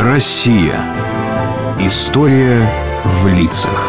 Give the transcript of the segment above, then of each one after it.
Россия. История в лицах.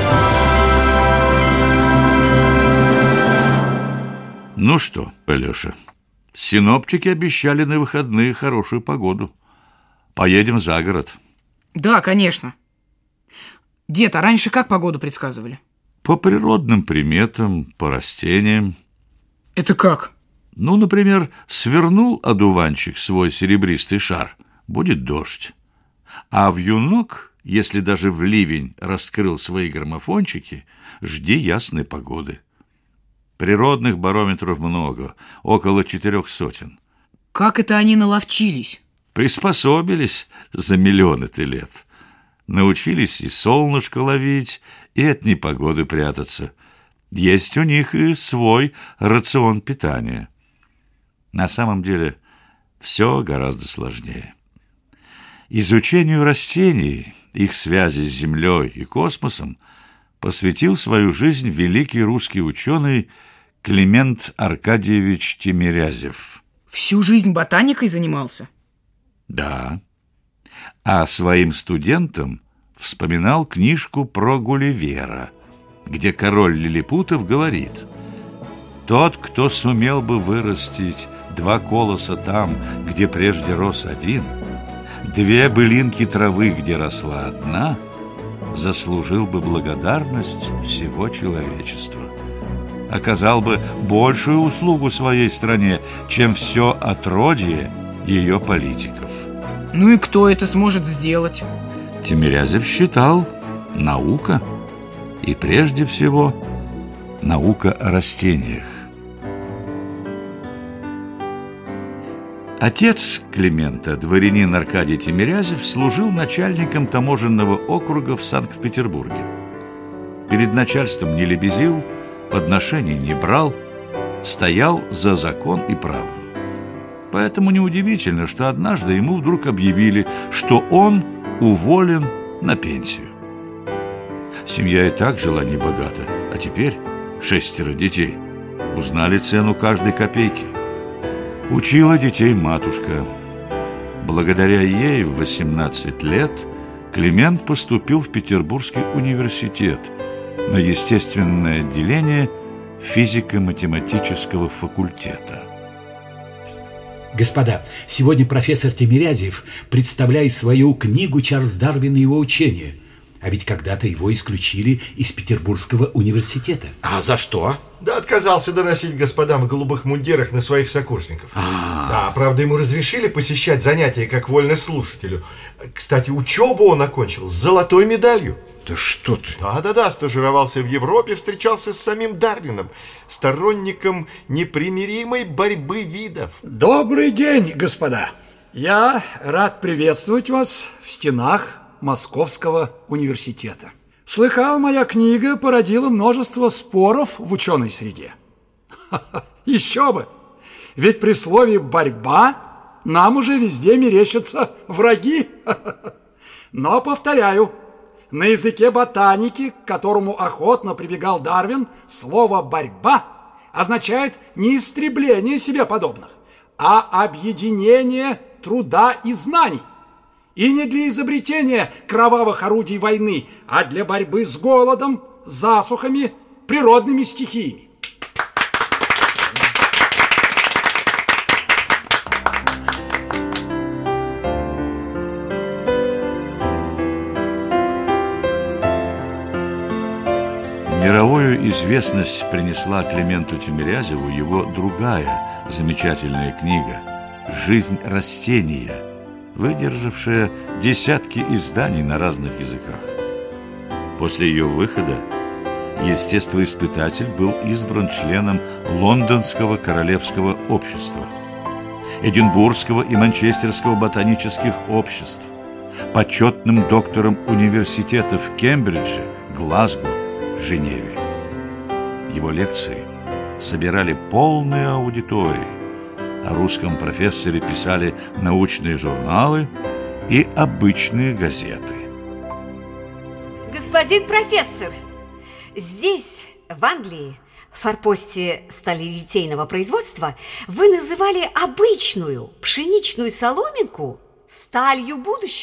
Ну что, Алеша, синоптики обещали на выходные хорошую погоду. Поедем за город. Да, конечно. Дед, а раньше как погоду предсказывали? По природным приметам, по растениям. Это как? Ну, например, свернул одуванчик свой серебристый шар, будет дождь. А вьюнок, если даже в ливень раскрыл свои граммофончики, жди ясной погоды. Природных барометров много, около 400. Как это они наловчились? Приспособились за миллионы-то лет. Научились и солнышко ловить, и от непогоды прятаться. Есть у них и свой рацион питания. На самом деле все гораздо сложнее. Изучению растений, их связи с Землей и космосом посвятил свою жизнь великий русский ученый Климент Аркадьевич Тимирязев. Всю жизнь ботаникой занимался? Да. А своим студентам вспоминал книжку про Гулливера, где король лилипутов говорит: «Тот, кто сумел бы вырастить 2 колоса там, где прежде рос один, 2 былинки травы, где росла одна, заслужил бы благодарность всего человечества, оказал бы большую услугу своей стране, чем все отродье ее политиков». Ну и кто это сможет сделать? Тимирязев считал: наука. И прежде всего наука о растениях. Отец Климента, дворянин Аркадий Тимирязев, служил начальником таможенного округа в Санкт-Петербурге. Перед начальством не лебезил, подношений не брал, стоял за закон и правду. Поэтому неудивительно, что однажды ему вдруг объявили, что он уволен на пенсию. Семья и так жила небогато, а теперь 6 детей. Узнали цену каждой копейки. Учила детей матушка. Благодаря ей в 18 лет Климент поступил в Петербургский университет на естественное отделение физико-математического факультета. Господа, сегодня профессор Тимирязев представляет свою книгу «Чарльз Дарвин и его учение». А ведь когда-то его исключили из Петербургского университета. А за что? Да отказался доносить господам в голубых мундирах на своих сокурсников. Да, правда, ему разрешили посещать занятия как вольнослушателю. Кстати, учебу он окончил с золотой медалью. Да что ты? Да, стажировался в Европе, встречался с самим Дарвином, сторонником непримиримой борьбы видов. Добрый день, господа. Я рад приветствовать вас в стенах Московского университета. Слыхал, моя книга породила множество споров в ученой среде. Еще бы! Ведь при слове «борьба» нам уже везде мерещатся враги. Но, повторяю, на языке ботаники, к которому охотно прибегал Дарвин, слово «борьба» означает не истребление себе подобных, а объединение труда и знаний. И не для изобретения кровавых орудий войны, а для борьбы с голодом, засухами, природными стихиями. Мировую известность принесла Клименту Тимирязеву его другая замечательная книга «Жизнь растения», выдержавшая десятки изданий на разных языках. После ее выхода естествоиспытатель был избран членом Лондонского королевского общества, Эдинбургского и Манчестерского ботанических обществ, почетным доктором университетов в Кембридже, Глазго, Женеве. Его лекции собирали полные аудитории. О русском профессоре писали научные журналы и обычные газеты. Господин профессор, здесь, в Англии, в форпосте сталелитейного производства, вы называли обычную пшеничную соломинку сталью будущего.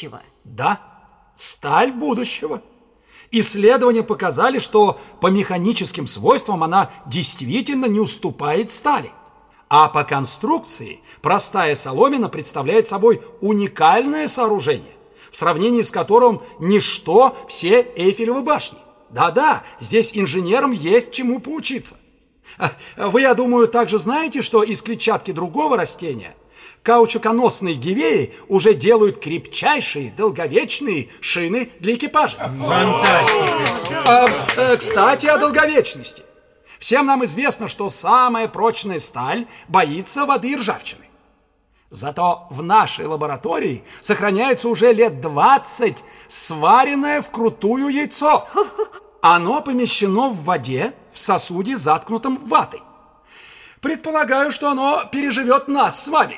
Да, сталь будущего. Исследования показали, что по механическим свойствам она действительно не уступает стали. А по конструкции простая соломина представляет собой уникальное сооружение, в сравнении с которым ничто все Эйфелевы башни. Да-да, здесь инженерам есть чему поучиться. Вы, я думаю, также знаете, что из клетчатки другого растения каучуконосные гивеи уже делают крепчайшие, долговечные шины для экипажа. Фантастика! Кстати, о долговечности. Всем нам известно, что самая прочная сталь боится воды и ржавчины. Зато в нашей лаборатории сохраняется уже лет 20 сваренное вкрутую яйцо. Оно помещено в воде в сосуде, заткнутом ватой. Предполагаю, что оно переживет нас с вами.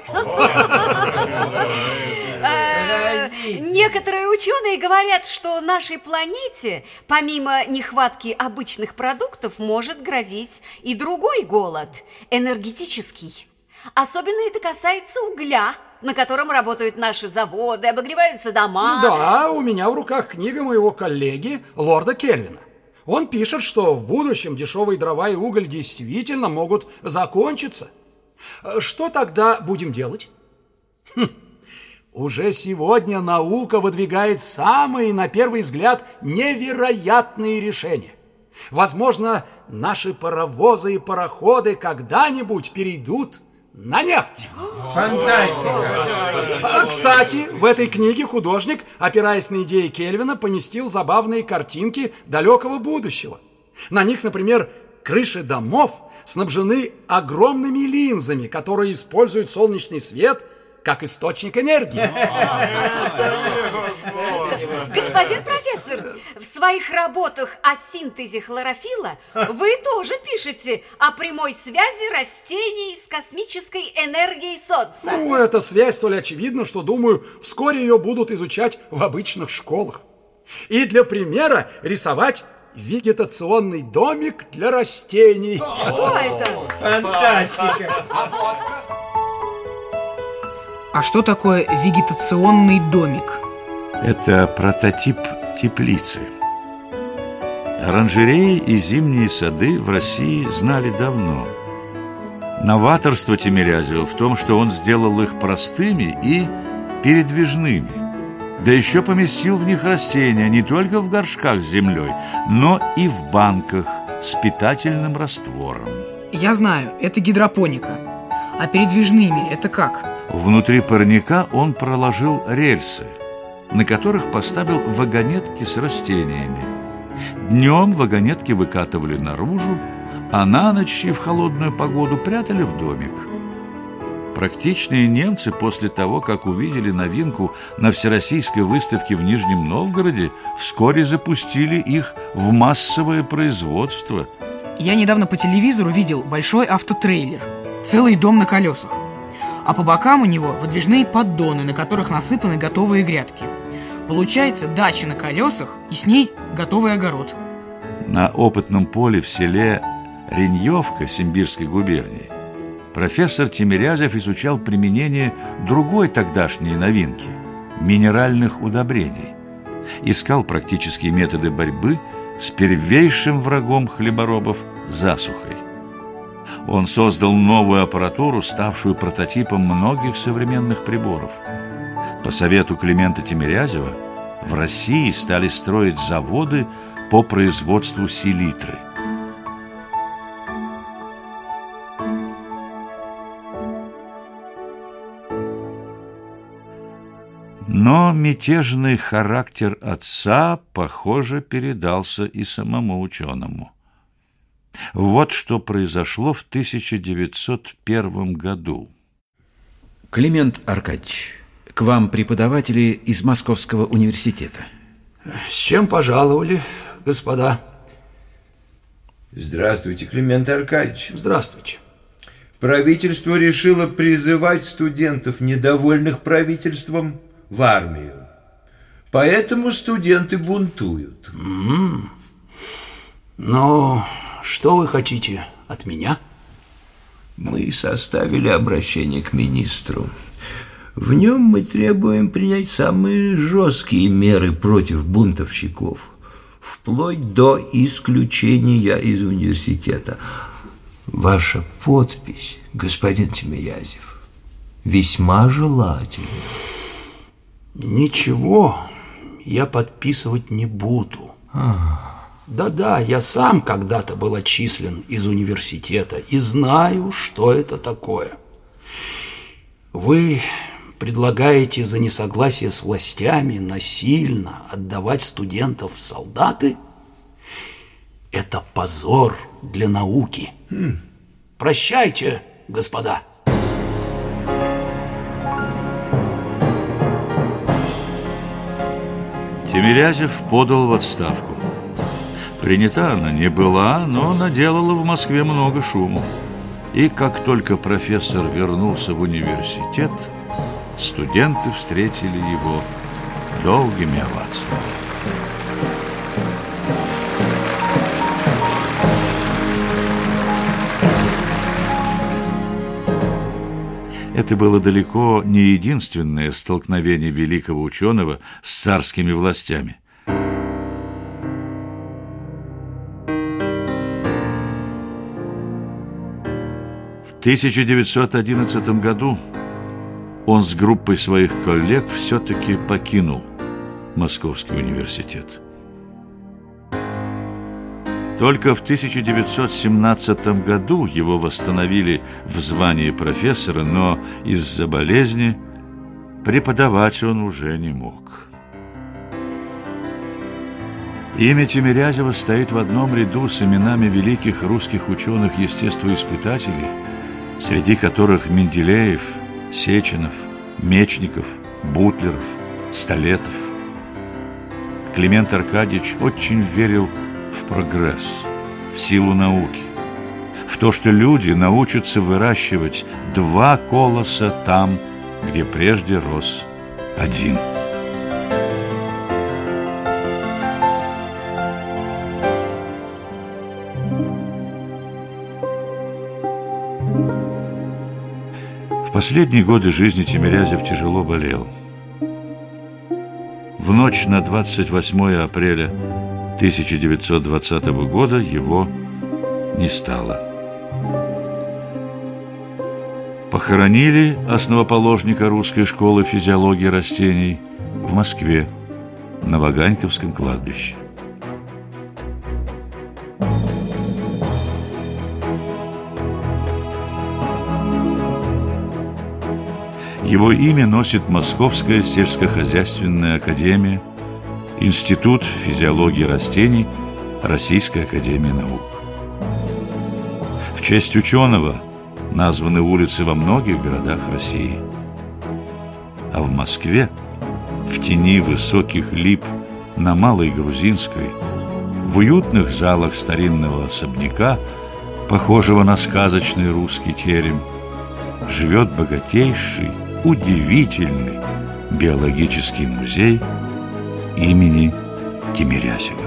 Некоторые ученые говорят, что нашей планете, помимо нехватки обычных продуктов, может грозить и другой голод – энергетический. Особенно это касается угля, на котором работают наши заводы, обогреваются дома. Да, у меня в руках книга моего коллеги, лорда Кельвина. Он пишет, что в будущем дешевые дрова и уголь действительно могут закончиться. Что тогда будем делать? Уже сегодня наука выдвигает самые, на первый взгляд, невероятные решения. Возможно, наши паровозы и пароходы когда-нибудь перейдут на нефть. Фантастика! Кстати, в этой книге художник, опираясь на идеи Кельвина, поместил забавные картинки далекого будущего. На них, например, крыши домов снабжены огромными линзами, которые используют солнечный свет как источник энергии. Господин профессор, в своих работах о синтезе хлорофилла вы тоже пишете о прямой связи растений с космической энергией Солнца. Ну, эта связь столь очевидна, что, думаю, вскоре ее будут изучать в обычных школах. И для примера рисовать вегетационный домик для растений. Что это? Фантастика! А что такое вегетационный домик? Это прототип теплицы. Оранжереи и зимние сады в России знали давно. Новаторство Тимирязева в том, что он сделал их простыми и передвижными. Да еще поместил в них растения не только в горшках с землей, но и в банках с питательным раствором. Я знаю, это гидропоника. А передвижными это как? Внутри парника он проложил рельсы, на которых поставил вагонетки с растениями. Днем вагонетки выкатывали наружу, а на ночь и в холодную погоду прятали в домик. Практичные немцы после того, как увидели новинку на всероссийской выставке в Нижнем Новгороде, вскоре запустили их в массовое производство. Я недавно по телевизору видел большой автотрейлер, целый дом на колесах. А по бокам у него выдвижные поддоны, на которых насыпаны готовые грядки. Получается дача на колесах и с ней готовый огород. На опытном поле в селе Реньевка Симбирской губернии профессор Тимирязев изучал применение другой тогдашней новинки – минеральных удобрений. Искал практические методы борьбы с первейшим врагом хлеборобов – засухой. Он создал новую аппаратуру, ставшую прототипом многих современных приборов. По совету Климента Тимирязева в России стали строить заводы по производству селитры. Но мятежный характер отца, похоже, передался и самому ученому. Вот что произошло в 1901 году. Климент Аркадьевич, к вам преподаватели из Московского университета. С чем пожаловали, господа? Здравствуйте, Климент Аркадьевич. Здравствуйте. Правительство решило призывать студентов, недовольных правительством, в армию. Поэтому студенты бунтуют. Ну, что вы хотите от меня? Мы составили обращение к министру. В нем мы требуем принять самые жесткие меры против бунтовщиков, вплоть до исключения из университета. Ваша подпись, господин Тимирязев, весьма желательна. Ничего я подписывать не буду. Да-да, я сам когда-то был отчислен из университета и знаю, что это такое. Вы предлагаете за несогласие с властями насильно отдавать студентов в солдаты? Это позор для науки. Прощайте, господа. Тимирязев подал в отставку. Принята она не была, но наделала в Москве много шуму. И как только профессор вернулся в университет, студенты встретили его долгими овациями. Это было далеко не единственное столкновение великого ученого с царскими властями. В 1911 году он с группой своих коллег все-таки покинул Московский университет. Только в 1917 году его восстановили в звании профессора, но из-за болезни преподавать он уже не мог. Имя Тимирязева стоит в одном ряду с именами великих русских ученых-естествоиспытателей, среди которых Менделеев, Сеченов, Мечников, Бутлеров, Столетов. Климент Аркадьевич очень верил в прогресс, в силу науки, в то, что люди научатся выращивать 2 колоса там, где прежде рос 1. В последние годы жизни Тимирязев тяжело болел. В ночь на 28 апреля 1920 года его не стало. Похоронили основоположника русской школы физиологии растений в Москве, на Ваганьковском кладбище. Его имя носит Московская сельскохозяйственная академия, Институт физиологии растений Российской академии наук. В честь ученого названы улицы во многих городах России. А в Москве, в тени высоких лип на Малой Грузинской, в уютных залах старинного особняка, похожего на сказочный русский терем, живет богатейший, удивительный биологический музей имени Тимирязева.